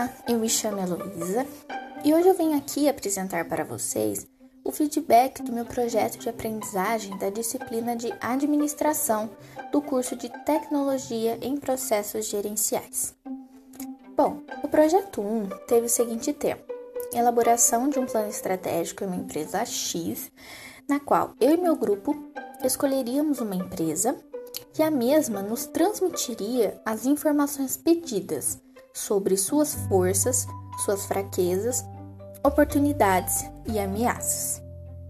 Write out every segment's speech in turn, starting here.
Olá, eu me chamo Heloísa e hoje eu venho aqui apresentar para vocês o feedback do meu projeto de aprendizagem da disciplina de Administração do curso de Tecnologia em Processos Gerenciais. Bom, o projeto 1 teve o seguinte tema: elaboração de um plano estratégico em uma empresa X, na qual eu e meu grupo escolheríamos uma empresa e a mesma nos transmitiria as informações pedidas sobre suas forças, suas fraquezas, oportunidades e ameaças.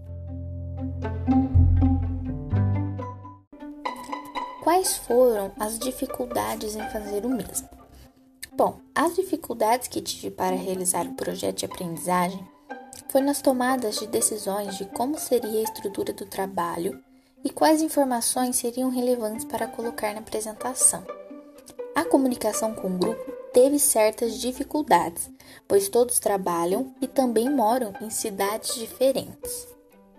Quais foram as dificuldades em fazer o mesmo? Bom, as dificuldades que tive para realizar o projeto de aprendizagem foi nas tomadas de decisões de como seria a estrutura do trabalho e quais informações seriam relevantes para colocar na apresentação. A comunicação com o grupo teve certas dificuldades, pois todos trabalham e também moram em cidades diferentes.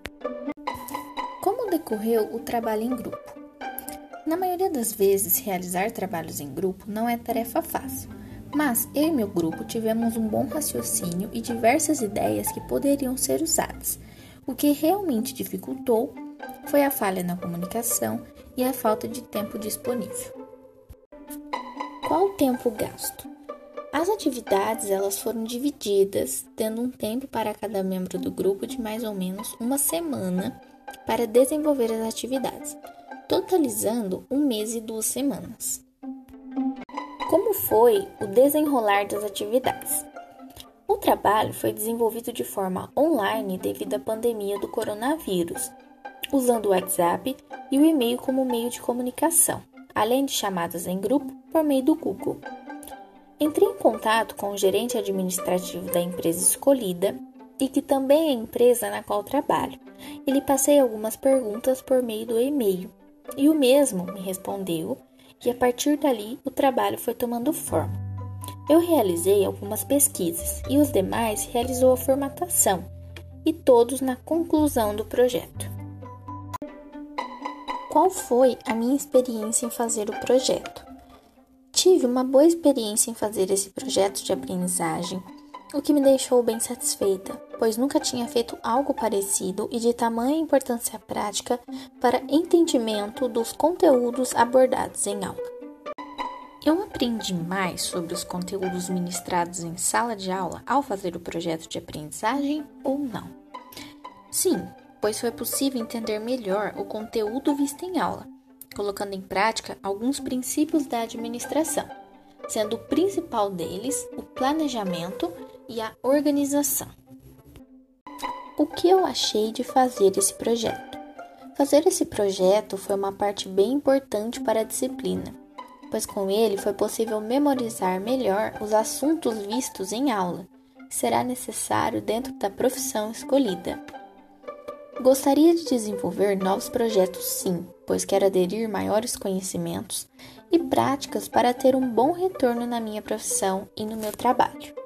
Como decorreu o trabalho em grupo? Na maioria das vezes, realizar trabalhos em grupo não é tarefa fácil, mas eu e meu grupo tivemos um bom raciocínio e diversas ideias que poderiam ser usadas. O que realmente dificultou foi a falha na comunicação e a falta de tempo disponível. Qual o tempo gasto? As atividades elas foram divididas, tendo um tempo para cada membro do grupo de mais ou menos uma semana para desenvolver as atividades, totalizando 1 mês e 2 semanas. Como foi o desenrolar das atividades? O trabalho foi desenvolvido de forma online devido à pandemia do coronavírus, usando o WhatsApp e o e-mail como meio de comunicação, além de chamadas em grupo por meio do Google. Entrei em contato com o gerente administrativo da empresa escolhida e que também é a empresa na qual trabalho, e lhe passei algumas perguntas por meio do e-mail, e o mesmo me respondeu, e a partir dali o trabalho foi tomando forma. Eu realizei algumas pesquisas e os demais realizou a formatação, e todos na conclusão do projeto. Qual foi a minha experiência em fazer o projeto? Tive uma boa experiência em fazer esse projeto de aprendizagem, o que me deixou bem satisfeita, pois nunca tinha feito algo parecido e de tamanha importância prática para entendimento dos conteúdos abordados em aula. Eu aprendi mais sobre os conteúdos ministrados em sala de aula ao fazer o projeto de aprendizagem ou não? Sim, pois foi possível entender melhor o conteúdo visto em aula, colocando em prática alguns princípios da administração, sendo o principal deles o planejamento e a organização. O que eu achei de fazer esse projeto? Fazer esse projeto foi uma parte bem importante para a disciplina, pois com ele foi possível memorizar melhor os assuntos vistos em aula, que será necessário dentro da profissão escolhida. Gostaria de desenvolver novos projetos sim, pois quero aderir maiores conhecimentos e práticas para ter um bom retorno na minha profissão e no meu trabalho.